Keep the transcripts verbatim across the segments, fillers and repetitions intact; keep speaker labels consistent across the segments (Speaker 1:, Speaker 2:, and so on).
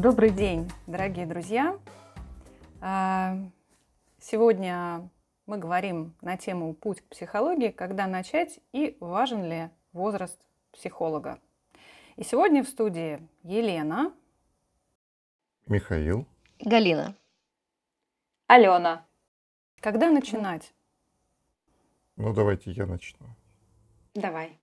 Speaker 1: Добрый день, дорогие друзья! А, Сегодня мы говорим на тему «Путь к психологии. Когда начать и важен ли возраст психолога?». И сегодня в студии Елена,
Speaker 2: Михаил.
Speaker 3: Галина.
Speaker 4: Алена.
Speaker 1: Когда начинать?
Speaker 2: Ну, давайте я начну.
Speaker 4: Давай.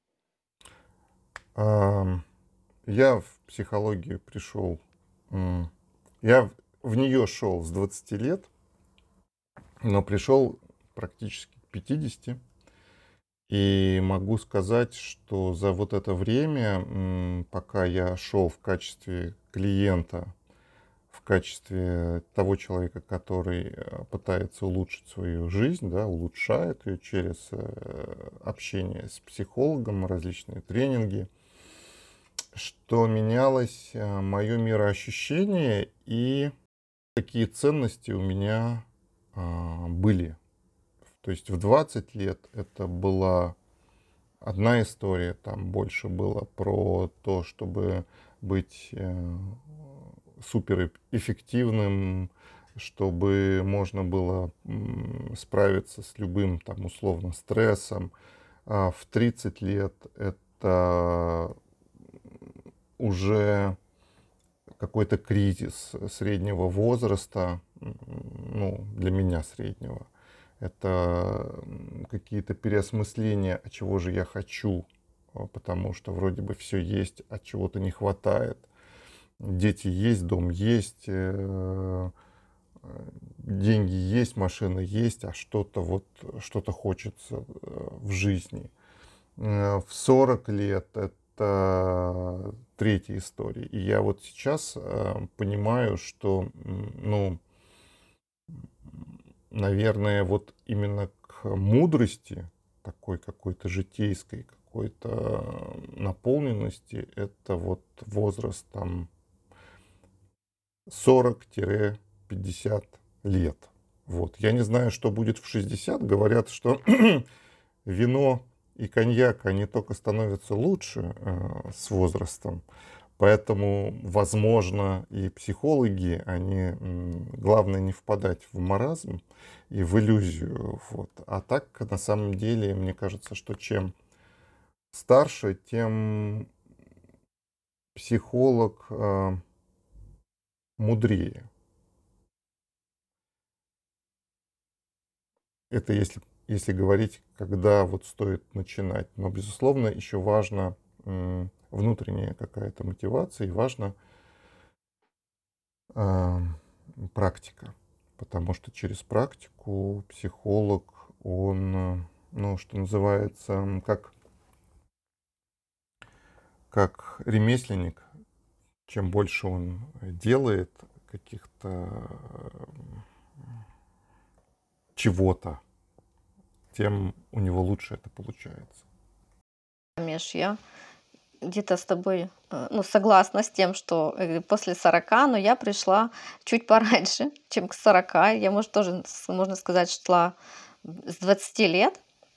Speaker 2: А, Я в психологию пришел, м, я в- в нее шел с двадцати лет, но пришел практически к пятидесяти. И могу сказать, что за вот это время, м, пока я шел в качестве клиента, в качестве того человека, который э, пытается улучшить свою жизнь, да, улучшает ее через э, общение с психологом, различные тренинги, что менялось мое мироощущение и какие ценности у меня а, были. То есть в двадцать лет это была одна история, там больше было про то, чтобы быть э, суперэффективным, чтобы можно было м, справиться с любым там условно стрессом. А в тридцать лет это уже какой-то кризис среднего возраста, м, ну, для меня среднего. Это м, какие-то переосмысления, а чего же я хочу, а, потому что вроде бы все есть, а чего-то не хватает. Дети есть, дом есть, э, э, деньги есть, машина есть, а что-то вот, что-то хочется э, в жизни. Э, В сорок лет это третья история. И я вот сейчас э, понимаю, что, м, ну, наверное, вот именно к мудрости, такой какой-то житейской, какой-то наполненности, это вот возраст там сорок-пятьдесят лет. Вот. Я не знаю, что будет в шестьдесят. Говорят, что вино и коньяк, они только становятся лучше э, с возрастом. Поэтому, возможно, и психологи, они, м, главное не впадать в маразм и в иллюзию. Вот. А так, на самом деле, мне кажется, что чем старше, тем психолог э, мудрее. Это если, если говорить, когда вот стоит начинать. Но, безусловно, еще важно м, внутренняя какая-то мотивация и важно а, практика. Потому что через практику психолог, он, э, ну, что называется, м, как, как ремесленник, чем больше он делает каких-то э, чего-то, тем у него лучше это получается.
Speaker 3: Миш, я где-то с тобой э, ну, согласна с тем, что э, после сорока, но я пришла чуть пораньше, чем к сорока. Я, может, тоже, с- можно сказать, шла с двадцати лет,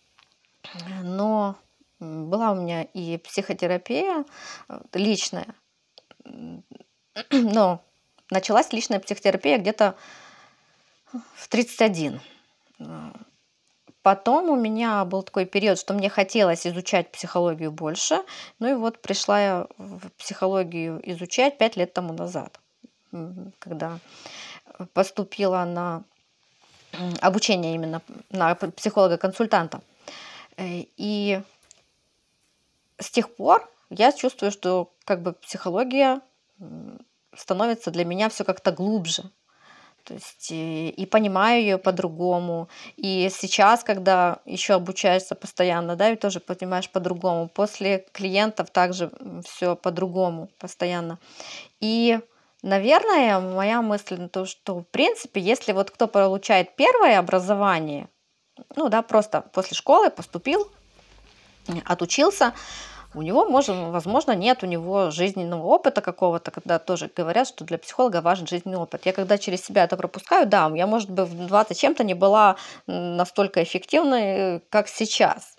Speaker 3: но м, была у меня и психотерапия э, личная, м, но началась личная психотерапия где-то в тридцать один. Э, Потом у меня был такой период, что мне хотелось изучать психологию больше. Ну и вот пришла я в психологию изучать пять лет тому назад, м, когда поступила на м, обучение именно на п- психолога-консультанта. Э, И с тех пор я чувствую, что как бы психология м, становится для меня все как-то глубже. То есть и, и понимаю ее по-другому. И сейчас, когда еще обучаешься постоянно, да, и тоже понимаешь по-другому. После клиентов также все по-другому постоянно. И, наверное, моя мысль на то, что, в принципе, если вот кто получает первое образование, ну да, просто после школы поступил, отучился, у него, может, возможно, нет у него жизненного опыта какого-то, когда тоже говорят, что для психолога важен жизненный опыт. Я когда через себя это пропускаю, да, я, может быть, в двадцать чем-то не была м, настолько эффективной, э, как сейчас.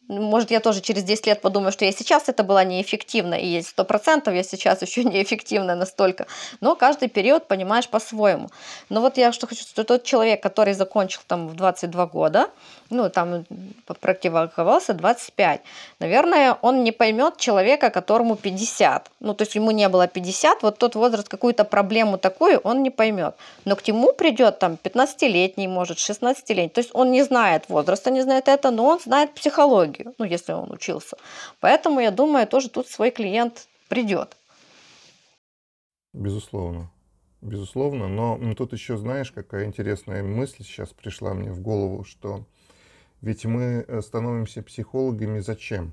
Speaker 3: Может, я тоже через десять лет подумаю, что я сейчас это была неэффективна, и есть сто процентов я сейчас еще неэффективна настолько. Но каждый период понимаешь по-своему. Но вот я что хочу, что тот человек, который закончил там в двадцать два года, ну, там практиковался двадцать пять, наверное, он не поймет человека, которому пятьдесят. Ну, то есть ему не было пятьдесят, вот тот возраст, какую-то проблему такую он не поймет. Но к нему придет там пятнадцатилетний, может, шестнадцатилетний. То есть он не знает возраста, не знает это, но он знает психологию, ну, если он учился. Поэтому, я думаю, тоже тут свой клиент придет.
Speaker 2: Безусловно. Безусловно. Но м, тут еще, знаешь, какая интересная мысль сейчас пришла мне в голову, что ведь мы э, становимся психологами зачем?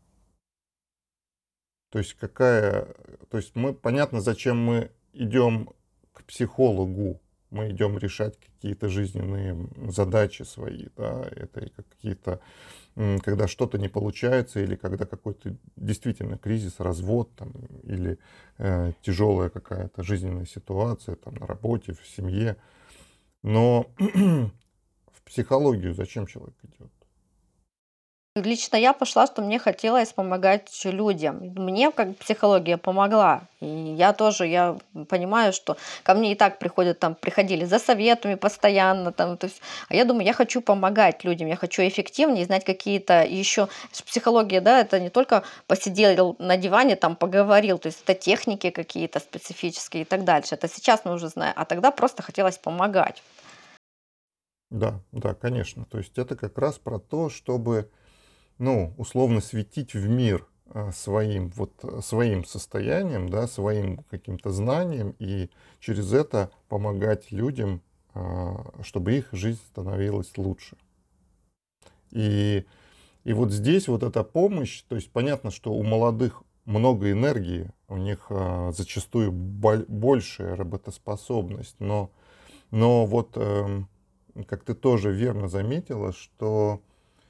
Speaker 2: То есть какая... То есть мы, понятно, зачем мы идем к психологу. Мы идем решать какие-то жизненные задачи свои, да, это и какие-то, м, когда что-то не получается, или когда какой-то действительно кризис, развод, там, или э, тяжелая какая-то жизненная ситуация там, на работе, в семье. Но в психологию зачем человек идет?
Speaker 3: Лично я пошла, что мне хотелось помогать людям. Мне как психология помогла. И я тоже, я понимаю, что ко мне и так приходят, там, приходили за советами постоянно. Там, то есть, а я думаю, я хочу помогать людям, я хочу эффективнее знать какие-то еще... Психология, да, это не только посидел на диване, там, поговорил, то есть это техники какие-то специфические и так дальше. Это сейчас мы уже знаем, а тогда просто хотелось помогать.
Speaker 2: Да, да, конечно. То есть это как раз про то, чтобы, ну, условно светить в мир а, своим, вот, а, своим состоянием, да, своим каким-то знанием, и через это помогать людям, а, чтобы их жизнь становилась лучше. И, и вот здесь вот эта помощь, то есть понятно, что у молодых много энергии, у них а, зачастую боль- большая работоспособность, но, но вот, эм, как ты тоже верно заметила, что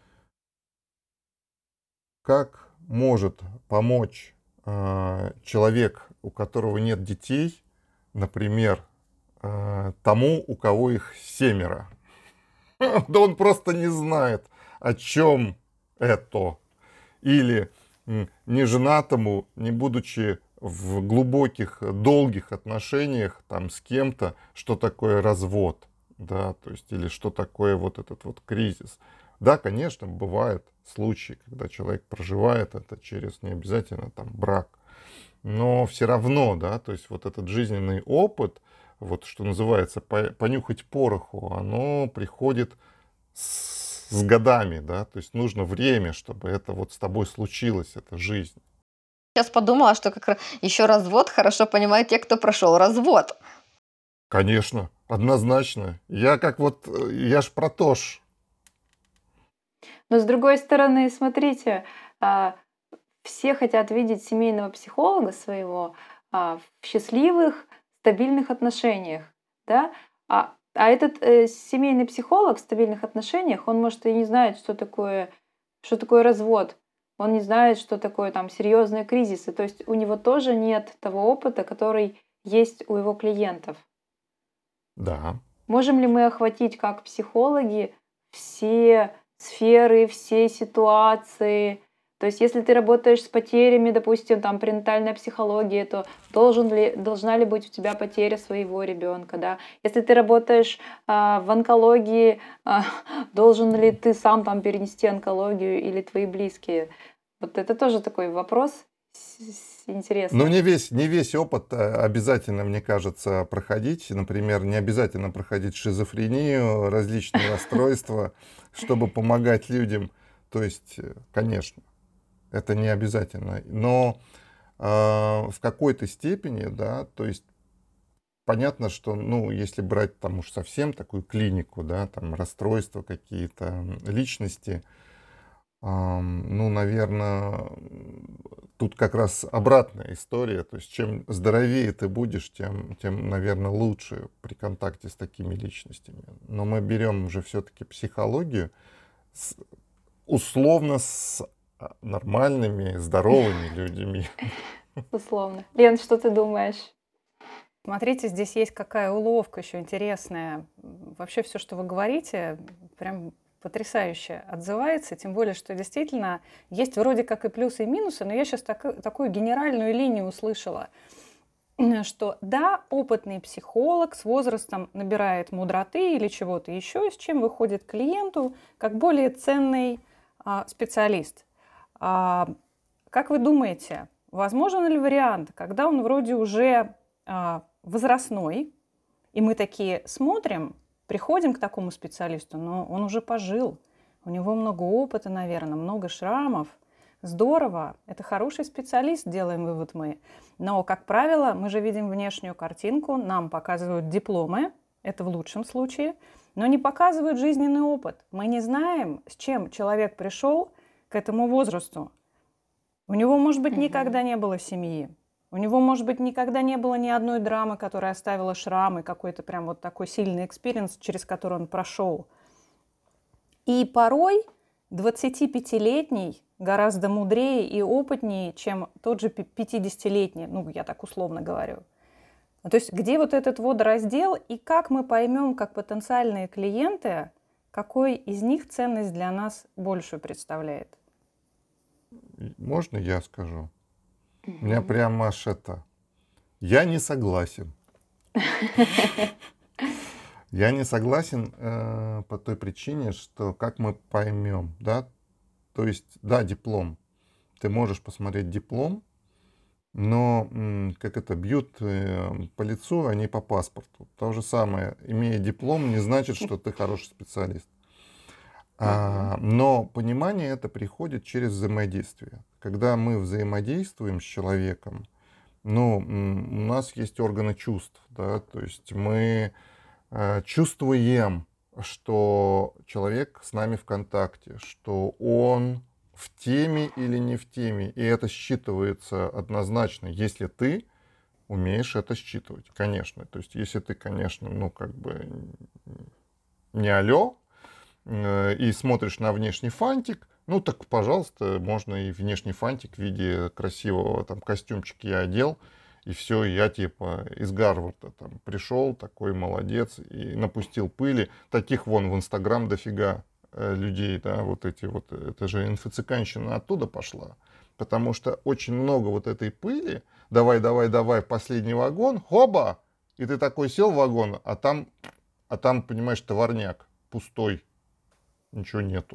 Speaker 2: как может помочь а, человек, у которого нет детей, например, а, тому, у кого их семеро? Да он просто не знает, о чем это. Или м, неженатому, не будучи в глубоких, долгих отношениях там с кем-то, что такое развод, да, то есть, или что такое вот этот вот кризис. Да, конечно, бывают случаи, когда человек проживает это через не обязательно там брак, но все равно, да, то есть вот этот жизненный опыт, вот что называется, по- понюхать пороху, оно приходит с, с годами, да, то есть нужно время, чтобы это вот с тобой случилось, эта жизнь.
Speaker 3: Сейчас подумала, что как еще развод хорошо понимают те, кто прошел развод.
Speaker 2: Конечно, однозначно. Я как вот, э, я ж про то ж.
Speaker 4: Но с другой стороны, смотрите, а, все хотят видеть семейного психолога своего а, в счастливых, стабильных отношениях, да? А, а этот э, семейный психолог в стабильных отношениях, он может и не знает, что такое, что такое развод. Он не знает, что такое там серьезные кризисы. То есть у него тоже нет того опыта, который есть у его клиентов.
Speaker 2: Да,
Speaker 4: Можем ли мы охватить как психологи все сферы, все ситуации? То есть, если ты работаешь с потерями, допустим, там пренатальная психология, то должен ли, должна ли быть у тебя потеря своего ребенка, да? Если ты работаешь а, в онкологии, а, должен ли ты сам там перенести онкологию или твои близкие? Вот это тоже такой вопрос с- с-
Speaker 2: но
Speaker 4: интересный.
Speaker 2: не весь, не весь опыт э, обязательно, мне кажется, проходить. Например, не обязательно проходить шизофрению, различные расстройства, чтобы помогать людям. То есть, э, конечно, это не обязательно. Но а, в какой-то степени, да, то есть понятно, что, ну, если брать там уж совсем такую клинику, да, там расстройства какие-то м, личности, ам, ну, наверное, тут как раз обратная история. То есть чем здоровее ты будешь, тем, тем, наверное, лучше при контакте с такими личностями. Но мы берем уже все-таки психологию с- условно с а, нормальными, здоровыми людьми.
Speaker 4: Условно. Лен, что ты думаешь?
Speaker 1: Смотрите, здесь есть какая уловка еще интересная. М, Вообще все, что вы говорите, прям потрясающе отзывается, тем более, что действительно есть вроде как и плюсы, и минусы, но я сейчас так, такую генеральную линию услышала, что да, опытный психолог с возрастом набирает мудроты или чего-то еще, с чем выходит к клиенту как более ценный а, специалист. А, как вы думаете, возможен ли вариант, когда он вроде уже а, возрастной, и мы такие смотрим, приходим к такому специалисту, но он уже пожил, у него много опыта, наверное, много шрамов. Здорово, это хороший специалист, делаем вывод мы. Но, как правило, мы же видим внешнюю картинку, нам показывают дипломы, это в лучшем случае, но не показывают жизненный опыт. Мы не знаем, с чем человек пришел к этому возрасту. У него, может быть, никогда не было семьи. У него, может быть, никогда не было ни одной драмы, которая оставила шрамы, какой-то прям вот такой сильный экспириенс, через который он прошел. И порой двадцатипятилетний гораздо мудрее и опытнее, чем тот же пятидесятилетний, ну, я так условно говорю. То есть где вот этот вот раздел, и как мы поймем, как потенциальные клиенты, какой из них ценность для нас большую представляет?
Speaker 2: Можно я скажу? У меня прям аж это... Я не согласен. Я не согласен э, по той причине, что как мы поймем, да, то есть, да, диплом. Ты можешь посмотреть диплом, но м, как это, бьют э, по лицу, а не по паспорту. То же самое, имея диплом, не значит, что ты хороший специалист. А, но понимание это приходит через взаимодействие. Когда мы взаимодействуем с человеком, ну, м, у нас есть органы чувств, да, то есть мы э, чувствуем, что человек с нами в контакте, что он в теме или не в теме. И это считывается однозначно, если ты умеешь это считывать, конечно. То есть если ты, конечно, ну как бы не алё, э, и смотришь на внешний фантик, ну так, пожалуйста, можно и внешний фантик в виде красивого там костюмчика я одел, и все, я типа из Гарварда там пришел, такой молодец, и напустил пыли. Таких вон в Инстаграм дофига э, людей, да, вот эти вот, это же инфо-цыганщина оттуда пошла. Потому что очень много вот этой пыли, давай, давай, давай, последний вагон, хоба, и ты такой сел в вагон, а там, а там, понимаешь, товарняк, пустой, ничего нету.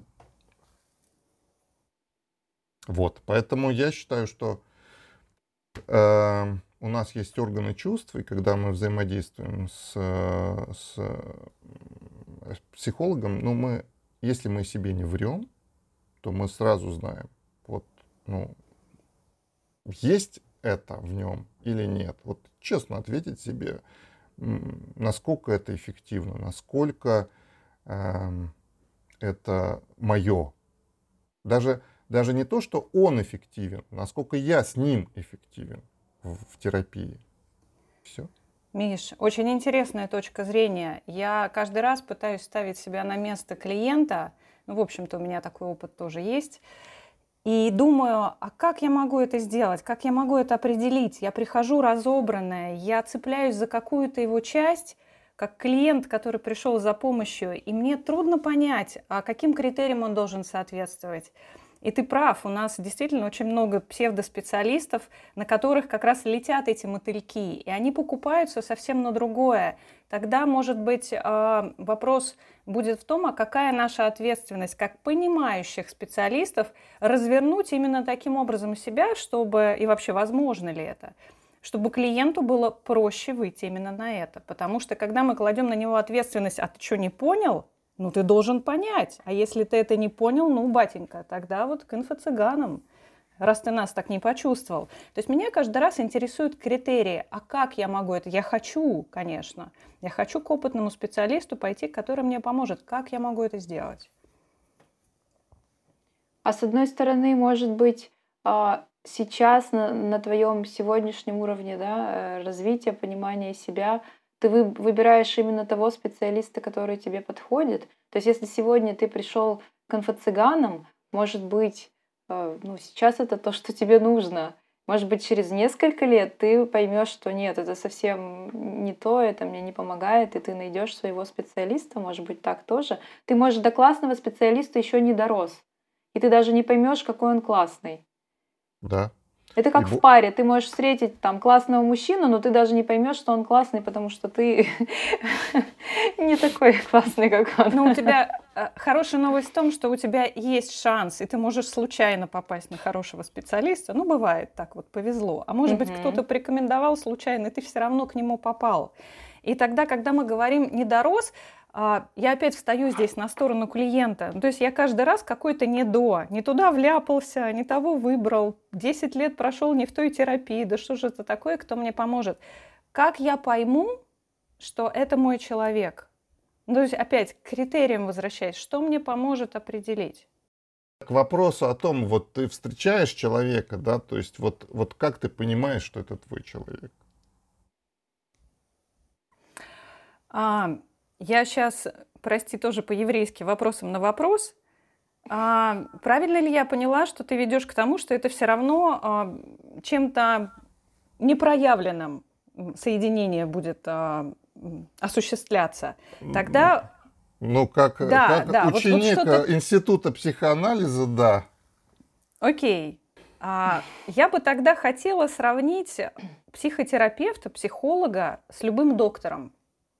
Speaker 2: Вот, поэтому я считаю, что э, у нас есть органы чувств, и когда мы взаимодействуем с, с, с психологом, ну мы, если мы себе не врем, то мы сразу знаем, вот, ну, есть это в нем или нет. Вот честно ответить себе, насколько это эффективно, насколько э, это мое. Даже Даже не то, что он эффективен, насколько я с ним эффективен в, в терапии. Все.
Speaker 1: Миш, очень интересная точка зрения. Я каждый раз пытаюсь ставить себя на место клиента. Ну, в общем-то, у меня такой опыт тоже есть. И думаю, а как я могу это сделать? Как я могу это определить? Я прихожу разобранная, я цепляюсь за какую-то его часть, как клиент, который пришел за помощью, и мне трудно понять, а каким критериям он должен соответствовать. И ты прав, у нас действительно очень много псевдоспециалистов, на которых как раз летят эти мотыльки, и они покупаются совсем на другое. Тогда, может быть, вопрос будет в том, а какая наша ответственность как понимающих специалистов развернуть именно таким образом себя, чтобы, и вообще возможно ли это, чтобы клиенту было проще выйти именно на это. Потому что когда мы кладем на него ответственность, а ты что, не понял? Ну, ты должен понять. А если ты это не понял, ну, батенька, тогда вот к инфо-цыганам, раз ты нас так не почувствовал. То есть меня каждый раз интересуют критерии. А как я могу это? Я хочу, конечно. Я хочу к опытному специалисту пойти, который мне поможет. Как я могу это сделать?
Speaker 4: А с одной стороны, может быть, сейчас на, на твоем сегодняшнем уровне, да, развития, понимания себя, ты вы, выбираешь именно того специалиста, который тебе подходит. То есть если сегодня ты пришел к инфо-цыганам, может быть, ну, сейчас это то, что тебе нужно. Может быть, через несколько лет ты поймешь, что нет, это совсем не то, это мне не помогает, и ты найдешь своего специалиста, может быть, так тоже. Ты, может, до классного специалиста еще не дорос, и ты даже не поймешь, какой он классный.
Speaker 2: Да.
Speaker 4: Это
Speaker 2: И
Speaker 4: как в
Speaker 2: бо-
Speaker 4: паре. Ты можешь встретить там классного мужчину, но ты даже не поймешь, что он классный, потому что ты не такой классный, как он.
Speaker 1: Ну, у тебя э, хорошая новость в том, что у тебя есть шанс, и ты можешь случайно попасть на хорошего специалиста. Ну, бывает так вот, повезло. А может быть,
Speaker 4: Мгм.
Speaker 1: кто-то порекомендовал случайно, и ты все равно к нему попал. И тогда, когда мы говорим «не дорос», а, я опять встаю здесь на сторону клиента. Ну, то есть я каждый раз какой-то не до, не туда вляпался, не того выбрал, десять лет прошел не в той терапии, да что же это такое, кто мне поможет? Как я пойму, что это мой человек? Ну, то есть опять к критериям возвращаясь, что мне поможет определить?
Speaker 2: К вопросу о том, вот ты встречаешь человека, да, то есть вот, вот как ты понимаешь, что это твой человек?
Speaker 1: А, я сейчас, прости, тоже по-еврейски вопросом на вопрос. А, правильно ли я поняла, что ты ведешь к тому, что это все равно а, чем-то непроявленным м, соединение будет а, м, осуществляться?
Speaker 2: М,
Speaker 1: Тогда
Speaker 2: Ну, как, э,
Speaker 1: да,
Speaker 2: как
Speaker 1: да, вот, вот
Speaker 2: ученик
Speaker 1: что-то.
Speaker 2: э, Института психоанализа, да.
Speaker 1: Окей. А, я бы тогда хотела сравнить психотерапевта, психолога с любым доктором.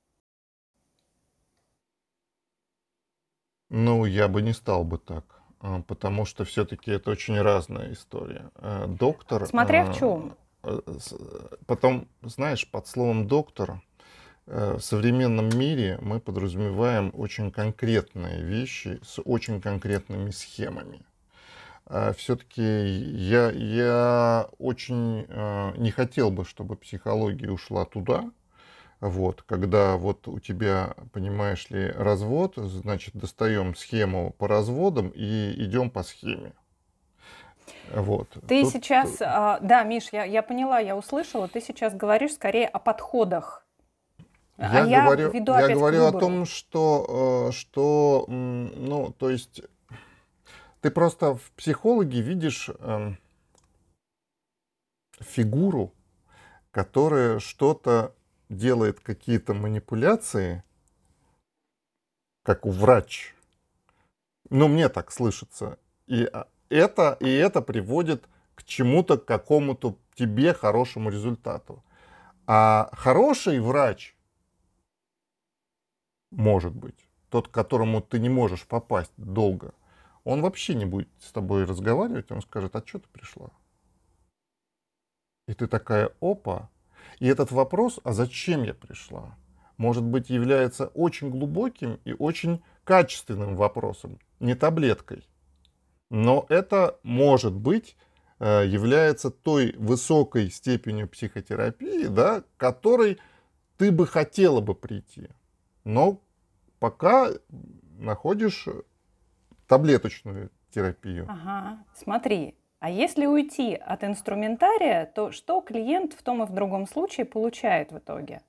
Speaker 2: Ну, я бы не стал бы так, а, потому что все-таки это очень разная история. Э, Доктор,
Speaker 1: Смотря в чем.
Speaker 2: э, э, с- э, потом, знаешь, под словом доктор э, в современном мире мы подразумеваем очень конкретные вещи с очень конкретными схемами. Все-таки я, я очень э, не хотел бы, чтобы психология ушла туда, вот, когда вот у тебя, понимаешь ли, развод, значит, достаем схему по разводам и идем по схеме. Вот.
Speaker 1: Ты
Speaker 2: Тут
Speaker 1: сейчас, а, да, Миш, я, я поняла, я услышала, ты сейчас говоришь скорее о подходах, а
Speaker 2: я
Speaker 1: я
Speaker 2: говорю,
Speaker 1: веду
Speaker 2: я
Speaker 1: опять к
Speaker 2: говорю о
Speaker 1: выбору.
Speaker 2: том, что, э, что, м, ну, то есть ты просто в психологе видишь эм, фигуру, которая что-то делает, какие-то манипуляции, как у врач. Ну, мне так слышится. И а, это, и это приводит к чему-то, к какому-то тебе хорошему результату. А хороший врач, может быть, тот, к которому ты не можешь попасть долго, он вообще не будет с тобой разговаривать, он скажет: а что ты пришла? И ты такая: опа. И этот вопрос: а зачем я пришла, может быть, является очень глубоким и очень качественным вопросом, не таблеткой. Но это, может быть, э, является той высокой степенью психотерапии, да, к которой ты бы хотела бы прийти. Но пока находишь таблеточную терапию.
Speaker 1: Ага, смотри, а если уйти от инструментария, то что клиент в том и в другом случае получает в итоге?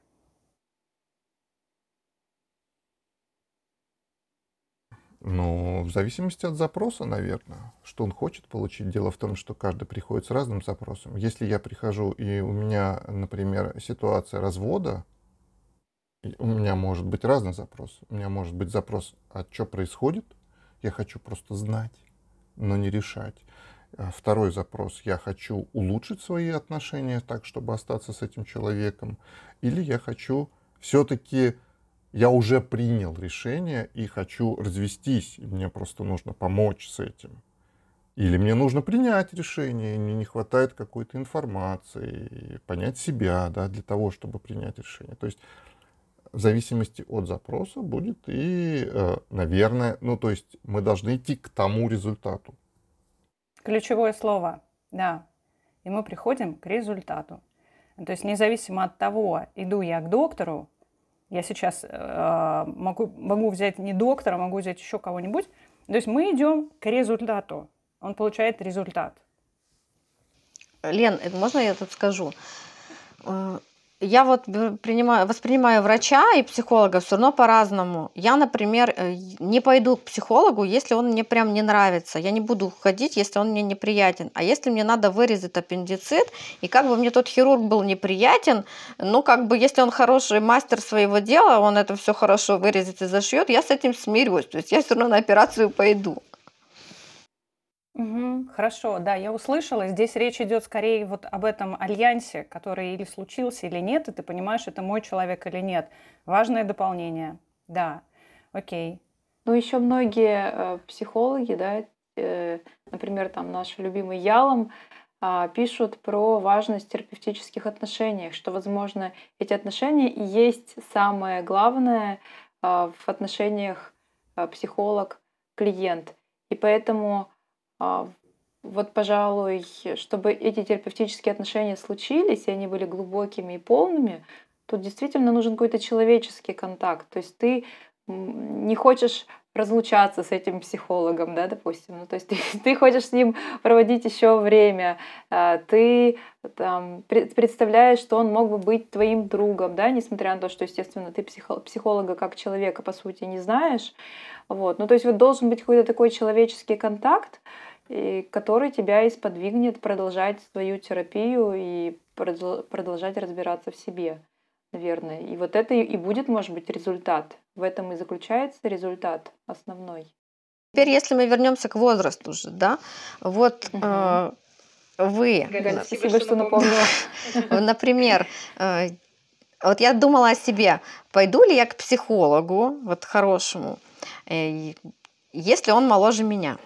Speaker 2: Ну, в зависимости от запроса, наверное, что он хочет получить. Дело в том, что каждый приходит с разным запросом. Если я прихожу, и у меня, например, ситуация развода, и у меня может быть разный запрос. У меня может быть запрос: а что происходит? Я хочу просто знать, но не решать. А второй запрос: я хочу улучшить свои отношения так, чтобы остаться с этим человеком. Или я хочу все-таки, я уже принял решение и хочу развестись, и мне просто нужно помочь с этим. Или мне нужно принять решение, и мне не хватает какой-то информации, понять себя, да, для того, чтобы принять решение. То есть в зависимости от запроса будет и, э, наверное, ну, то есть мы должны идти к тому результату.
Speaker 1: Ключевое слово, да. И мы приходим к результату. То есть независимо от того, иду я к доктору, я сейчас э, могу, могу взять не доктора, могу взять еще кого-нибудь. То есть мы идем к результату. Он получает результат.
Speaker 3: Лен, это можно я тут скажу? Э, я вот б- принимаю, воспринимаю врача и психолога все равно по-разному. Я, например, э, й- не пойду к психологу, если он мне прям не нравится. Я не буду ходить, если он мне неприятен. А если мне надо вырезать аппендицит, и как бы мне тот хирург был неприятен, ну, как бы, если он хороший мастер своего дела, он это все хорошо вырезет и зашьет, я с этим смирюсь. То есть я все равно на операцию пойду.
Speaker 1: Мгм. Хорошо, да, я услышала. Здесь речь идет скорее вот об этом альянсе, который или случился, или нет, и ты понимаешь, это мой человек или нет. Важное дополнение. Да, окей.
Speaker 4: Ну, еще многие э, психологи, да, э, например, там наш любимый Ялом, а, пишут про важность терапевтических отношений, что, возможно, эти отношения и есть самое главное а, в отношениях а, психолог-клиент. И поэтому а, вот, пожалуй, чтобы эти терапевтические отношения случились, и они были глубокими и полными, тут действительно нужен какой-то человеческий контакт. То есть ты м, не хочешь разлучаться с этим психологом, да, допустим. Ну, то есть ты, ты хочешь с ним проводить еще время, а, ты там пред- представляешь, что он мог бы быть твоим другом, да, несмотря на то, что, естественно, ты психо- психолога как человека, по сути, не знаешь. Вот. Ну, то есть вот должен быть какой-то такой человеческий контакт, и который тебя и сподвигнет продолжать свою терапию и продол- продолжать разбираться в себе, наверное. И вот это и и будет, может быть, результат. В этом и заключается результат основной.
Speaker 3: Теперь, если мы вернемся к возрасту уже, да, вот
Speaker 4: Мгм.
Speaker 3: э, вы,
Speaker 4: Галя,
Speaker 3: на-
Speaker 4: спасибо, что напомнила.
Speaker 3: например, э, вот я думала о себе, пойду ли я к психологу, вот хорошему, э, и- если он моложе меня.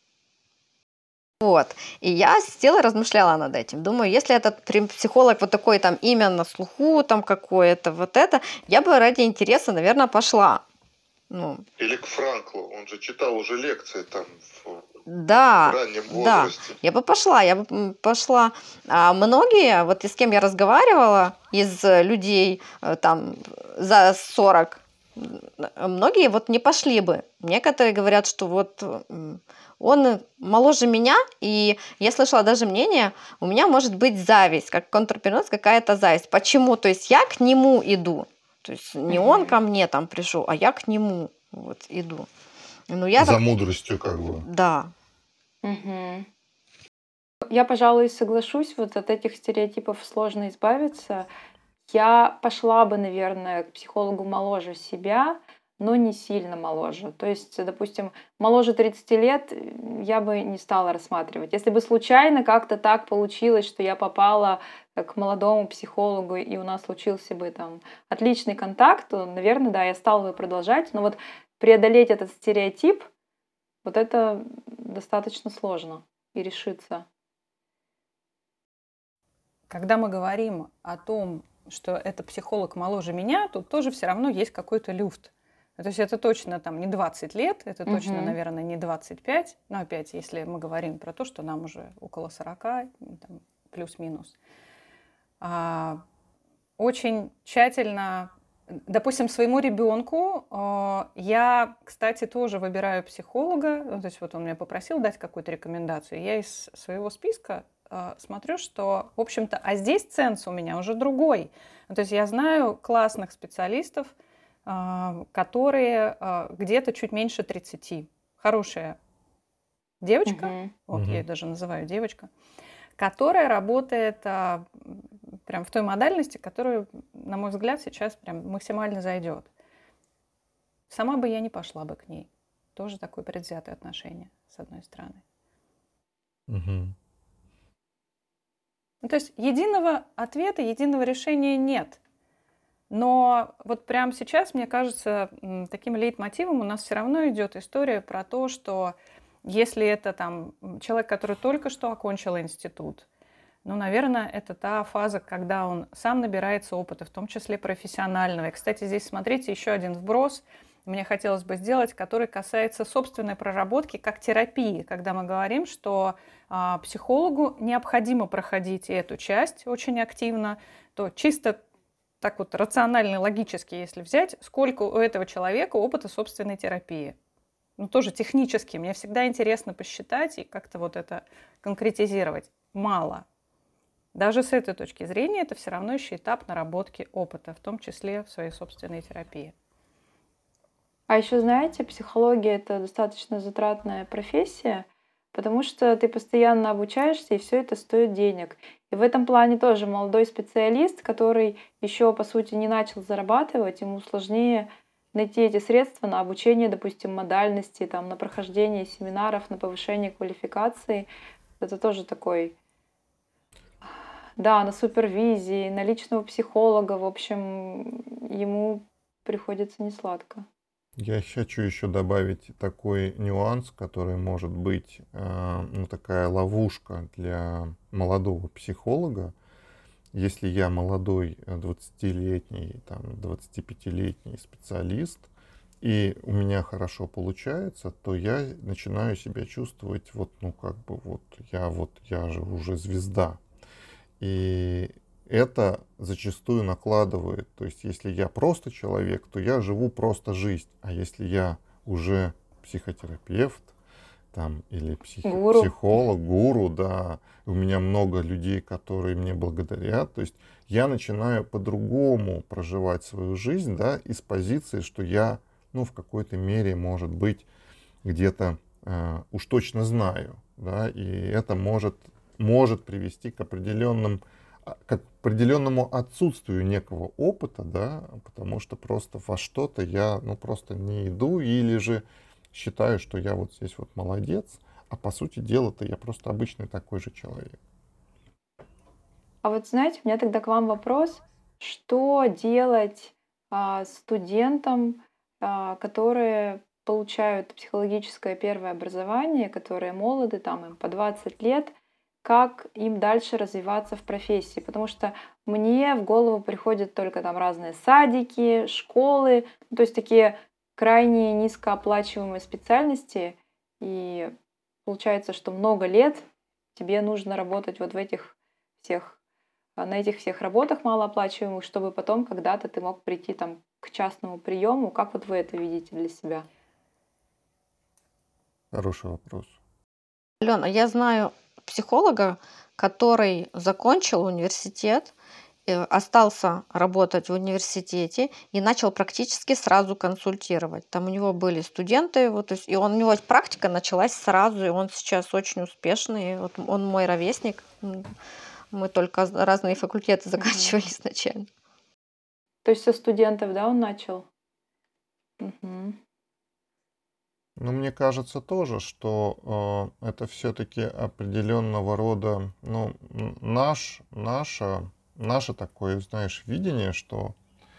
Speaker 3: Вот. И я сидела, размышляла над этим. Думаю, если этот прям психолог вот такой там имя на слуху, там какое-то вот это, я бы ради интереса, наверное, пошла. Ну,
Speaker 2: Или к Франклу, он же читал уже лекции там в
Speaker 3: да,
Speaker 2: раннем
Speaker 3: да,
Speaker 2: возрасте.
Speaker 3: я бы пошла, я бы м, пошла. А многие, вот и с кем я разговаривала из э, людей э, там за сорок, м, многие вот не пошли бы. Некоторые говорят, что вот м, он моложе меня, и я слышала даже мнение, у меня может быть зависть, как контрпернос какая-то зависть. Почему? То есть я к нему иду. То есть не он ко
Speaker 1: Мгм.
Speaker 3: мне там пришел, а я к нему вот иду. Ну, я
Speaker 2: За
Speaker 3: так,
Speaker 2: мудростью как бы.
Speaker 3: да.
Speaker 4: Мгм. Я, пожалуй, соглашусь, вот от этих стереотипов сложно избавиться. Я пошла бы, наверное, к психологу моложе себя, но не сильно моложе. То есть, допустим, моложе тридцати лет э, я бы не стала рассматривать. Если бы случайно как-то так получилось, что я попала э, к молодому психологу, и у нас случился бы там отличный контакт, то, наверное, да, я стала бы продолжать. Но вот преодолеть этот стереотип, вот это достаточно сложно и решиться.
Speaker 1: Когда мы говорим о том, что это психолог моложе меня, тут тоже все равно есть какой-то люфт. Ну, то есть это точно там не двадцать лет, это точно,
Speaker 4: Мгм.
Speaker 1: наверное, не двадцать пять, но опять, если мы говорим про то, что нам уже около сорока, ну, там, плюс-минус. А, очень тщательно, допустим, своему ребенку а, я, кстати, тоже выбираю психолога, ну, то есть вот он меня попросил дать какую-то рекомендацию, я из своего списка а, смотрю, что, в общем-то, а здесь ценз у меня уже другой. Ну, то есть я знаю классных специалистов, а, которые а, где-то чуть меньше тридцати. Хорошая девочка,
Speaker 4: Мгм.
Speaker 1: вот я ее
Speaker 2: Мгм.
Speaker 1: даже называю девочка, которая работает а, м, прям в той модальности, которая, на мой взгляд, сейчас прям максимально зайдет. Сама бы я не пошла бы к ней. Тоже такое предвзятое отношение, с одной стороны.
Speaker 2: Мгм.
Speaker 1: Ну, то есть единого ответа, единого решения нет. Но вот прямо сейчас, мне кажется, м, таким лейтмотивом у нас все равно идет история про то, что если это там м, человек, который только что окончил институт, ну, наверное, это та фаза, когда он сам набирается опыта, в том числе профессионального. И, кстати, здесь смотрите еще один вброс, мне хотелось бы сделать, который касается собственной проработки как терапии, когда мы говорим, что а, психологу необходимо проходить эту часть очень активно, то чисто так вот рационально, логически, если взять, сколько у этого человека опыта собственной терапии. Ну, тоже технически. Мне всегда интересно посчитать и как-то вот это конкретизировать. Мало. даже с этой точки зрения это все равно еще этап наработки опыта, в том числе в своей собственной терапии.
Speaker 4: А еще, знаете, психология — это достаточно затратная профессия, потому что ты постоянно обучаешься, и все это стоит денег. И в этом плане тоже молодой специалист, который еще, по сути, не начал зарабатывать, ему сложнее найти эти средства на обучение, допустим, модальности, там, на прохождение семинаров, на повышение квалификации. Это тоже такой, да, на супервизии, на личного психолога. В общем, ему приходится несладко.
Speaker 2: Я хочу еще добавить такой нюанс, который может быть э, ну, такая ловушка для молодого психолога. Если я молодой э, двадцатилетний, там, двадцатипятилетний специалист, и у меня хорошо получается, то я начинаю себя чувствовать вот, ну, как бы вот я вот, я же уже звезда. И это зачастую накладывает, то есть если я просто человек, то я живу просто жизнь, а если я уже психотерапевт там, или психи-
Speaker 4: Гуру.
Speaker 2: психолог, гуру, да, у меня много людей, которые мне благодарят, то есть я начинаю по-другому проживать свою жизнь, да, из позиции, что я, ну, в какой-то мере, может быть, где-то э, уж точно знаю, да, и это может, может привести к определенным а, к определенному отсутствию некого опыта, да, потому что просто во что-то я, ну, просто не иду, или же считаю, что я вот здесь вот молодец, а по сути дела-то я просто обычный такой же человек.
Speaker 4: А вот знаете, у меня тогда к вам вопрос, что делать а, студентам, а, которые получают психологическое первое образование, которые молоды, там им по двадцать лет, как им дальше развиваться в профессии? Потому что мне в голову приходят только там разные садики, школы, ну, то есть такие крайне низкооплачиваемые специальности, и получается, что много лет тебе нужно работать вот в этих всех а, на этих всех работах малооплачиваемых, чтобы потом когда-то ты мог прийти там к частному приему. Как вот вы это видите для себя?
Speaker 2: Хороший вопрос.
Speaker 3: Алена, я знаю психолога, который закончил университет, э, остался работать в университете и начал практически сразу консультировать. Там у него были студенты, вот, то есть, и он, у него практика началась сразу, и он сейчас очень успешный. Вот он мой ровесник. м, Мы только з- разные факультеты
Speaker 4: Мгм.
Speaker 3: заканчивали изначально.
Speaker 4: То есть со студентов, да, он начал? Мгм.
Speaker 2: Ну, мне кажется тоже, что э, это все-таки определенного рода, ну, н- наш, наше, наше такое, знаешь, видение, что,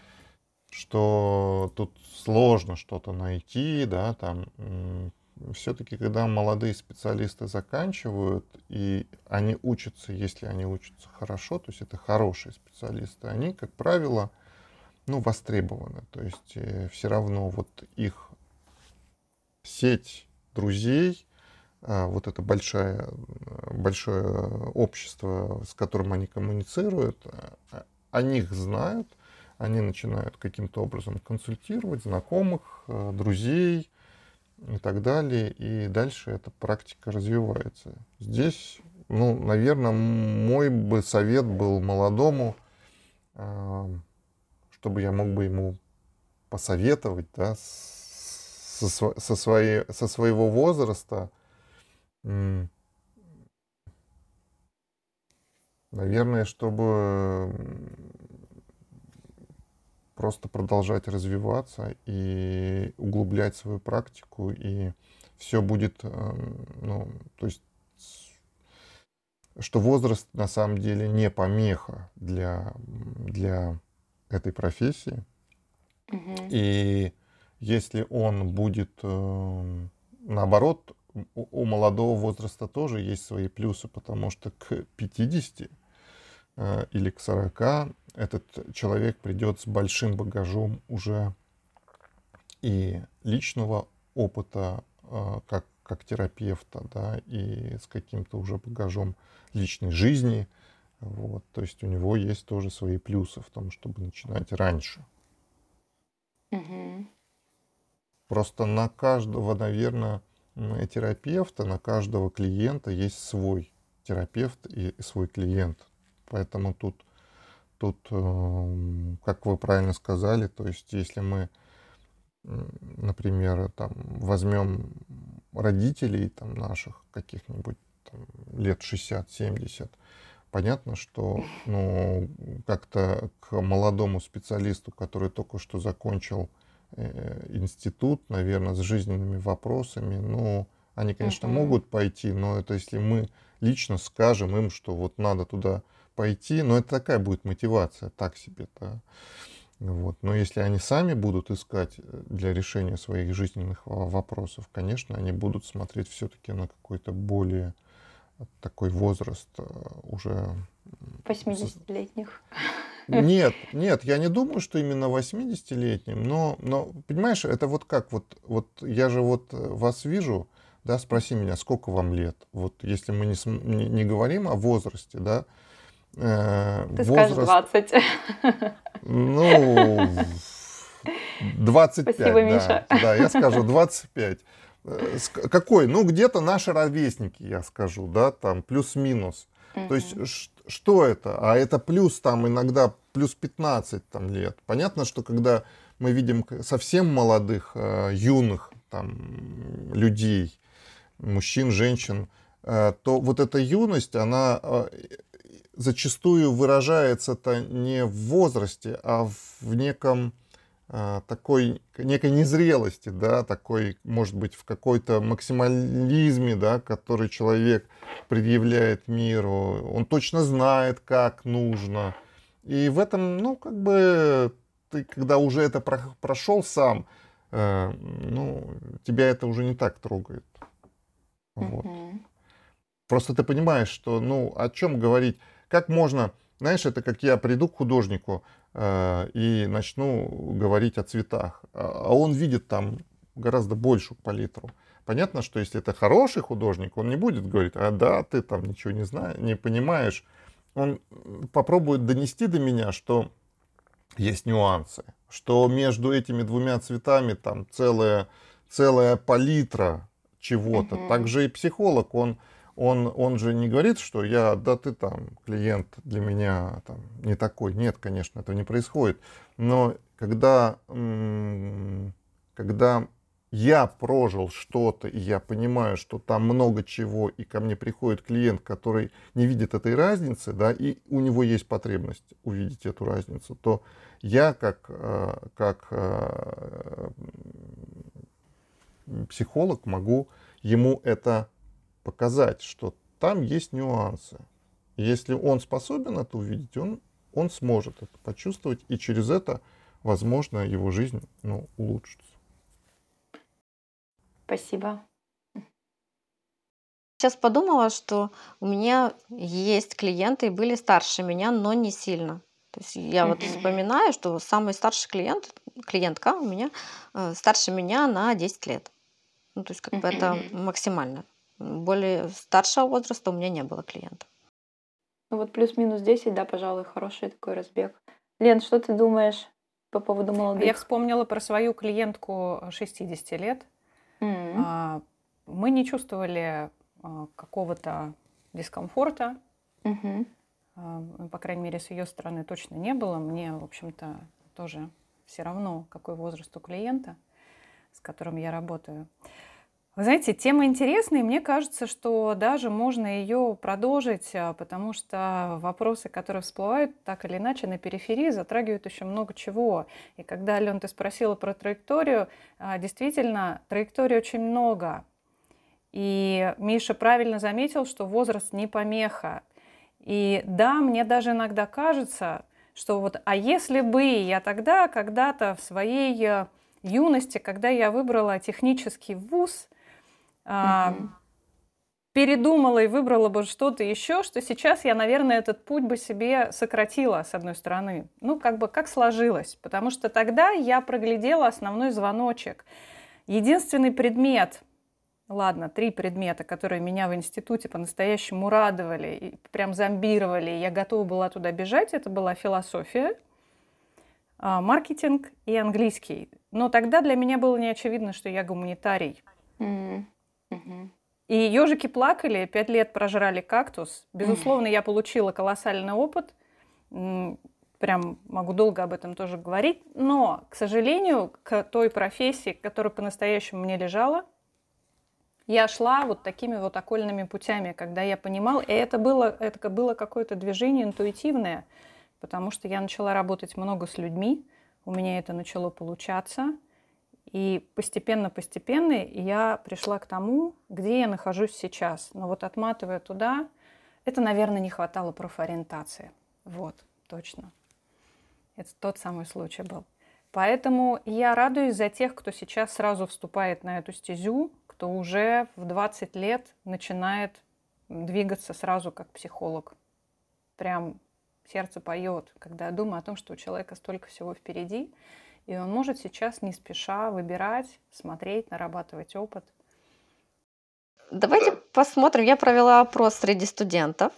Speaker 2: что тут сложно что-то найти, да, там, все-таки, когда молодые специалисты заканчивают, и они учатся, если они учатся хорошо, то есть это хорошие специалисты, они, как правило, ну, востребованы, то есть все равно вот их сеть друзей, а, вот это большое, большое общество, с которым они коммуницируют, а, о них знают, они начинают каким-то образом консультировать знакомых, а, друзей и так далее, и дальше эта практика развивается. Здесь, ну, наверное, мой бы совет был молодому, а, чтобы я мог бы ему посоветовать, да, со, сво- со, своей, со своего возраста, м, наверное, чтобы м, просто продолжать развиваться и углублять свою практику, и все будет, эм, ну, то есть, что возраст на самом деле не помеха для, для этой профессии.
Speaker 4: Мгм.
Speaker 2: И если он будет, эм, наоборот, у, у молодого возраста тоже есть свои плюсы, потому что к пятидесяти э, или к сорока этот человек придет с большим багажом уже и личного опыта, э, как, как терапевта, да, и с каким-то уже багажом личной жизни. Вот. То есть у него есть тоже свои плюсы в том, чтобы начинать раньше.
Speaker 4: Мгм.
Speaker 2: Просто на каждого, наверное, терапевта, на каждого клиента есть свой терапевт и свой клиент. Поэтому тут, тут, э, как вы правильно сказали, то есть если мы, например, там, возьмем родителей там, наших каких-нибудь там, лет шестьдесят-семьдесят, понятно, что ну, как-то к молодому специалисту, который только что закончил э, институт, наверное, с жизненными вопросами, ну, они, конечно,
Speaker 4: Мгм.
Speaker 2: могут пойти, но это если мы лично скажем им, что вот надо туда пойти, но это такая будет мотивация, так себе-то. Вот. Но если они сами будут искать для решения своих жизненных вопросов, конечно, они будут смотреть все-таки на какой-то более такой возраст уже...
Speaker 4: восьмидесятилетних.
Speaker 2: Нет, нет, я не думаю, что именно восьмидесятилетним, но, но понимаешь, это вот как, вот, вот я же вот вас вижу, да, спроси меня, сколько вам лет, вот если мы не, не, не говорим о возрасте, да, э,
Speaker 4: Ты
Speaker 2: возраст,
Speaker 4: скажешь двадцать.
Speaker 2: ну, двадцать пять,
Speaker 4: Спасибо,
Speaker 2: да,
Speaker 4: Миша.
Speaker 2: да, я скажу двадцать пять. Какой? Ну, где-то наши ровесники, я скажу, да, там, плюс-минус. То есть, что это? А это плюс там иногда плюс пятнадцать там, лет. Понятно, что когда мы видим совсем молодых, э, юных там, людей, мужчин, женщин, э, то вот эта юность, она э, зачастую выражается-то не в возрасте, а в неком э, такой, некой незрелости, да, такой, может быть, в какой-то максимализме, да, который человек предъявляет миру. Он точно знает, как нужно. И в этом, ну, как бы, ты, когда уже это про- прошел сам, э, ну, тебя это уже не так трогает. Вот.
Speaker 4: Мгм.
Speaker 2: Просто ты понимаешь, что, ну, о чем говорить, как можно, знаешь, это как я приду к художнику э, и начну говорить о цветах, а а он видит там гораздо большую палитру. Понятно, что если это хороший художник, он не будет говорить, а да, ты там ничего не знаешь, не понимаешь. Он м, попробует донести до меня, что есть нюансы, что между этими двумя цветами там целая, целая палитра чего-то.
Speaker 4: Мгм.
Speaker 2: Также и психолог, он, он, он же не говорит, что я, да ты там, клиент для меня там, не такой. Нет, конечно, этого не происходит. Но когда, м, когда я прожил что-то, и я понимаю, что там много чего, и ко мне приходит клиент, который не видит этой разницы, да, и у него есть потребность увидеть эту разницу, то я как, э, как э, психолог могу ему это показать, что там есть нюансы. Если он способен это увидеть, он, он сможет это почувствовать, и через это, возможно, его жизнь, ну, улучшится.
Speaker 4: Спасибо.
Speaker 3: Сейчас подумала, что у меня есть клиенты, и были старше меня, но не сильно. То есть я вот
Speaker 4: Мгм.
Speaker 3: вспоминаю, что самый старший клиент, клиентка у меня э, старше меня на десять лет. Ну, то есть как бы это
Speaker 4: Мгм.
Speaker 3: максимально. Более старшего возраста у меня не было клиентов.
Speaker 4: Ну вот плюс-минус десять, да, пожалуй, хороший такой разбег. Лен, что ты думаешь по поводу
Speaker 1: Я
Speaker 4: молодых?
Speaker 1: вспомнила про свою клиентку шестидесяти лет.
Speaker 4: М.
Speaker 1: А, Мы не чувствовали а, какого-то дискомфорта,
Speaker 4: Мгм.
Speaker 1: а, ну, по крайней мере, с ее стороны точно не было. Мне, в общем-то, тоже все равно, какой возраст у клиента, с которым я работаю. Вы знаете, тема интересная, и мне кажется, что даже можно ее продолжить, а, потому что вопросы, которые всплывают, так или иначе на периферии, затрагивают еще много чего. И когда, Ален, ты спросила про траекторию, а, действительно, траекторий очень много. И Миша правильно заметил, что возраст не помеха. И да, мне даже иногда кажется, что вот, а если бы я тогда когда-то в своей э, юности, когда я выбрала технический вуз, а,
Speaker 4: Мгм.
Speaker 1: передумала и выбрала бы что-то еще, что сейчас я, наверное, этот путь бы себе сократила, с одной стороны. Ну, как бы как сложилось. Потому что тогда я проглядела основной звоночек. Единственный предмет, ладно, три предмета, которые меня в институте по-настоящему радовали и прям зомбировали, и я готова была туда бежать, это была философия, а, маркетинг и английский. Но тогда для меня было не очевидно, что я гуманитарий.
Speaker 4: М. Мгм.
Speaker 1: И ежики плакали, пять лет прожрали кактус. Безусловно, я получила колоссальный опыт. М, Прям могу долго об этом тоже говорить. Но, к сожалению, к той профессии, которая по-настоящему мне лежала, я шла вот такими вот окольными путями, когда я понимала, и это было, это было какое-то движение интуитивное, потому что я начала работать много с людьми, у меня это начало получаться, и постепенно-постепенно я пришла к тому, где я нахожусь сейчас. Но вот отматывая туда, это, наверное, не хватало профориентации. Вот, точно. Это тот самый случай был. Поэтому я радуюсь за тех, кто сейчас сразу вступает на эту стезю, кто уже в двадцать лет начинает двигаться сразу как психолог. Прям сердце поет, когда я думаю о том, что у человека столько всего впереди, и он может сейчас не спеша выбирать, смотреть, нарабатывать опыт.
Speaker 3: Давайте посмотрим. Я провела опрос среди студентов.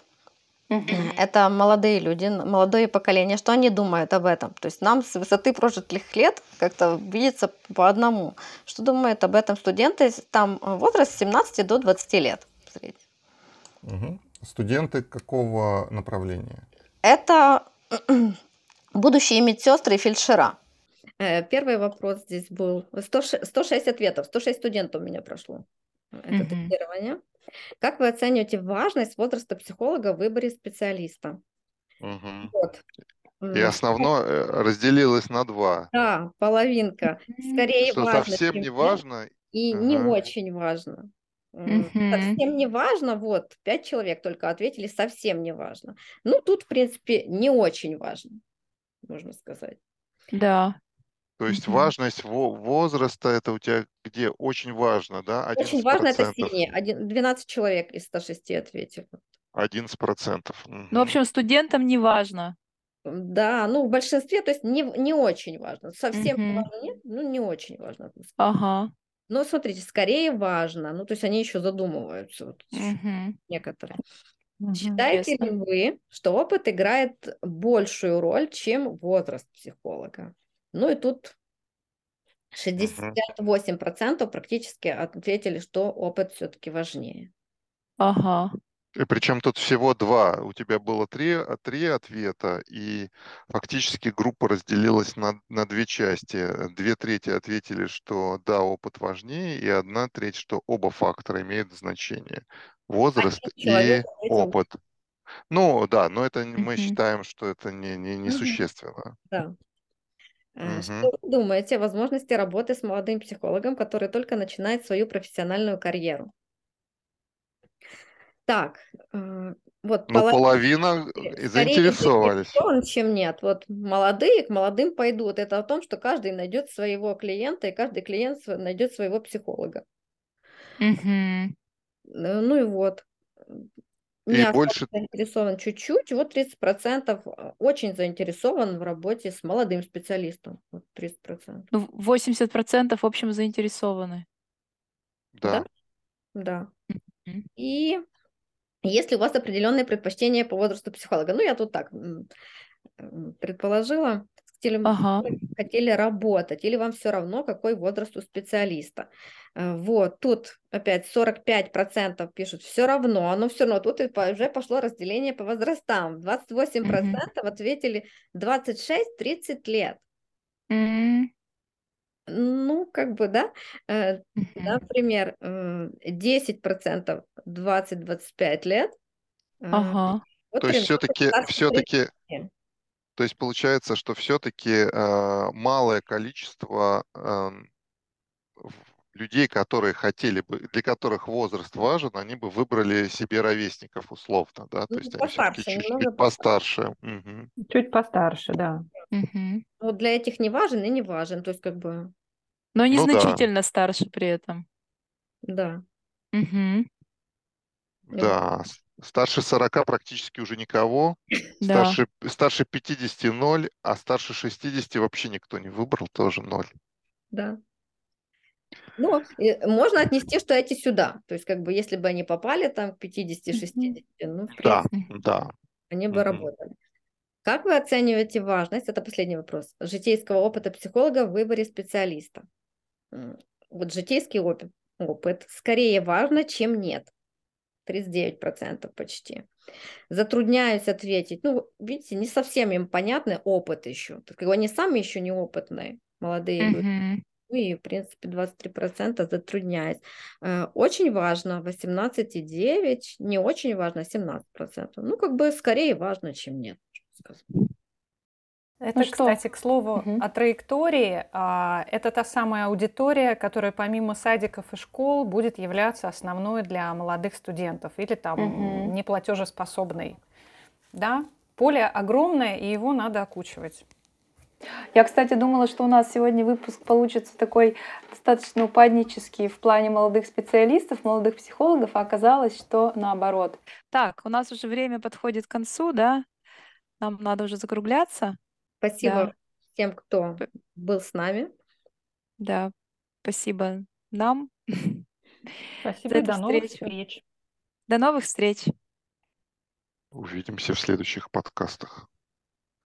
Speaker 3: Это молодые люди, н- молодое поколение. Что они думают об этом? То есть нам с высоты прожитых лет как-то видится по одному. Что думают об этом студенты? С- Там э, возраст с семнадцати до двадцати лет. в среднем.
Speaker 2: Мгм. Студенты какого направления?
Speaker 3: Это будущие медсестры и фельдшера. Э, Первый вопрос здесь был. сто ше- сто шесть ответов, сто шесть студентов у меня прошло э, это
Speaker 4: Мгм.
Speaker 3: тестирование. Как вы оцениваете важность возраста психолога в выборе специалиста?
Speaker 2: Мгм.
Speaker 3: Вот.
Speaker 2: И
Speaker 3: М,
Speaker 2: основное э, разделилось на два.
Speaker 3: Да, половинка.
Speaker 4: Мгм.
Speaker 3: Скорее
Speaker 2: Что
Speaker 3: важно,
Speaker 2: совсем
Speaker 3: чем
Speaker 2: не
Speaker 3: нет,
Speaker 2: важно.
Speaker 3: и не
Speaker 2: Ага.
Speaker 3: очень важно. М,
Speaker 4: Мгм.
Speaker 3: Совсем не важно, вот, пять человек только ответили, совсем не важно. Ну, тут, в принципе, не очень важно, можно сказать.
Speaker 4: Да.
Speaker 2: То есть
Speaker 4: Мгм.
Speaker 2: важность во- возраста это у тебя где очень важно, да?
Speaker 3: Очень
Speaker 2: одиннадцать
Speaker 3: важно это
Speaker 2: процентов.
Speaker 3: синие. Один- двенадцать человек из ста шести ответили.
Speaker 2: одиннадцать процентов.
Speaker 4: Ну, в
Speaker 2: Мгм.
Speaker 4: общем, студентам не важно.
Speaker 3: М, Да, ну, в большинстве, то есть не, в- не очень важно. Совсем не
Speaker 4: Мгм.
Speaker 3: важно, нет, ну, не очень важно. так сказать.
Speaker 4: Ага.
Speaker 3: Но смотрите, скорее важно. Ну, то есть они еще задумываются, вот, еще
Speaker 4: Мгм.
Speaker 3: некоторые.
Speaker 4: Мгм.
Speaker 3: Считаете ли
Speaker 4: Интересно.
Speaker 3: вы, что опыт играет большую роль, чем возраст психолога? Ну и тут
Speaker 2: Мгм.
Speaker 3: шестьдесят восемь процентов практически ответили, что опыт все-таки важнее.
Speaker 4: Ага.
Speaker 2: И причем тут всего два. У тебя было три, а, три ответа, и фактически группа разделилась на, на две части. Две трети ответили, что да, опыт важнее, и одна треть, что оба фактора имеют значение. Возраст
Speaker 3: Один человек
Speaker 2: и
Speaker 3: ответил,
Speaker 2: опыт. Ну да, но это не- мы
Speaker 4: Мгм.
Speaker 2: считаем, что это не, не, не
Speaker 3: Мгм.
Speaker 2: существенно.
Speaker 3: да. Э,
Speaker 2: Мгм.
Speaker 3: Что вы думаете о возможности работы с молодым психологом, который только начинает свою профессиональную карьеру? Так, э, вот
Speaker 2: Ну,
Speaker 3: половина
Speaker 2: половина
Speaker 3: ответили,
Speaker 2: э,
Speaker 3: скорее
Speaker 2: заинтересовались.
Speaker 3: заинтересован, чем нет. Вот молодые к молодым пойдут. Это о том, что каждый найдет своего клиента, и каждый клиент св- найдет своего психолога.
Speaker 4: Мгм.
Speaker 3: Э, Ну и вот. М,
Speaker 2: И
Speaker 3: Не особо
Speaker 2: больше,
Speaker 3: заинтересован чуть-чуть. Вот тридцать процентов э, очень заинтересован в работе с молодым специалистом. Вот тридцать процентов.
Speaker 4: Ну, восемьдесят процентов в общем заинтересованы.
Speaker 3: Да,
Speaker 2: да.
Speaker 3: да.
Speaker 4: Мгм.
Speaker 3: И если у вас определенные предпочтения по возрасту психолога, ну я тут так м, м, предположила, хотели,
Speaker 4: Ага.
Speaker 3: хотели работать, или вам все равно, какой возраст у специалиста. Э, Вот, тут опять сорок пять процентов пишут все равно, но все равно тут и по- уже пошло разделение по возрастам. двадцать восемь
Speaker 4: Мгм.
Speaker 3: процентов ответили двадцать шесть тридцать лет.
Speaker 4: М.
Speaker 3: Ну, как бы, да. Э,
Speaker 4: Мгм.
Speaker 3: Например, м, десять процентов двадцать двадцать пять лет. э,
Speaker 4: Ага.
Speaker 3: Вот
Speaker 2: То есть
Speaker 3: тринадцать
Speaker 2: все-таки,
Speaker 3: старше
Speaker 2: все-таки,
Speaker 3: тридцати.
Speaker 2: то есть получается, что все-таки малое количество ам, в- людей, которые хотели бы, для которых возраст важен, они бы выбрали себе ровесников условно, да, то
Speaker 3: Ну,
Speaker 2: есть они все-таки
Speaker 3: постарше,
Speaker 2: чуть-чуть
Speaker 3: немного постарше.
Speaker 2: постарше. Мгм.
Speaker 1: Чуть постарше, да.
Speaker 4: Мгм.
Speaker 3: Вот для этих не важен и не важен. То есть, как бы,
Speaker 4: Но
Speaker 2: Ну да,
Speaker 4: незначительно старше при этом.
Speaker 3: да.
Speaker 4: Мгм.
Speaker 3: Вот.
Speaker 2: да. С- Старше сорока практически уже никого,
Speaker 4: Да.
Speaker 2: старше, старше пятидесяти ноль, а старше шестидесяти вообще никто не выбрал, тоже ноль.
Speaker 3: Да. Ну, и можно отнести, что эти сюда. То есть, как бы, если бы они попали там к
Speaker 4: Мгм.
Speaker 3: пятидесяти-шестидесяти, ну, в
Speaker 2: Да,
Speaker 3: принципе,
Speaker 2: да.
Speaker 3: они бы
Speaker 2: Мгм.
Speaker 3: работали. Как вы оцениваете важность, это последний вопрос, житейского опыта психолога в выборе специалиста? М, Вот житейский опыт. опыт скорее важно, чем нет. тридцать девять процентов почти. Затрудняюсь ответить. Ну, видите, не совсем им понятный опыт еще. Так как они сами еще неопытные, молодые люди.
Speaker 4: Мгм.
Speaker 3: Ну и, в принципе, двадцать три процента затрудняюсь. Э, Очень важно, восемнадцать и девять, не очень важно, семнадцать процентов. Ну, как бы скорее важно, чем нет, можно сказать.
Speaker 1: Это,
Speaker 4: Ну что?
Speaker 1: кстати, к слову
Speaker 4: Мгм.
Speaker 1: о траектории. А, Это та самая аудитория, которая помимо садиков и школ будет являться основной для молодых студентов или там
Speaker 4: Мгм.
Speaker 1: неплатежеспособной. Да, поле огромное, и его надо окучивать.
Speaker 4: Я, кстати, думала, что у нас сегодня выпуск получится такой достаточно упаднический в плане молодых специалистов, молодых психологов, а оказалось, что наоборот. Так, у нас уже время подходит к концу, да? Нам надо уже закругляться.
Speaker 3: Спасибо
Speaker 4: Да,
Speaker 3: всем, кто
Speaker 4: п-
Speaker 3: был с нами.
Speaker 4: да. Спасибо нам
Speaker 1: Спасибо
Speaker 4: за
Speaker 1: и
Speaker 4: эту
Speaker 1: до новых
Speaker 4: встречу.
Speaker 1: встреч.
Speaker 4: До новых встреч.
Speaker 2: Увидимся в следующих подкастах.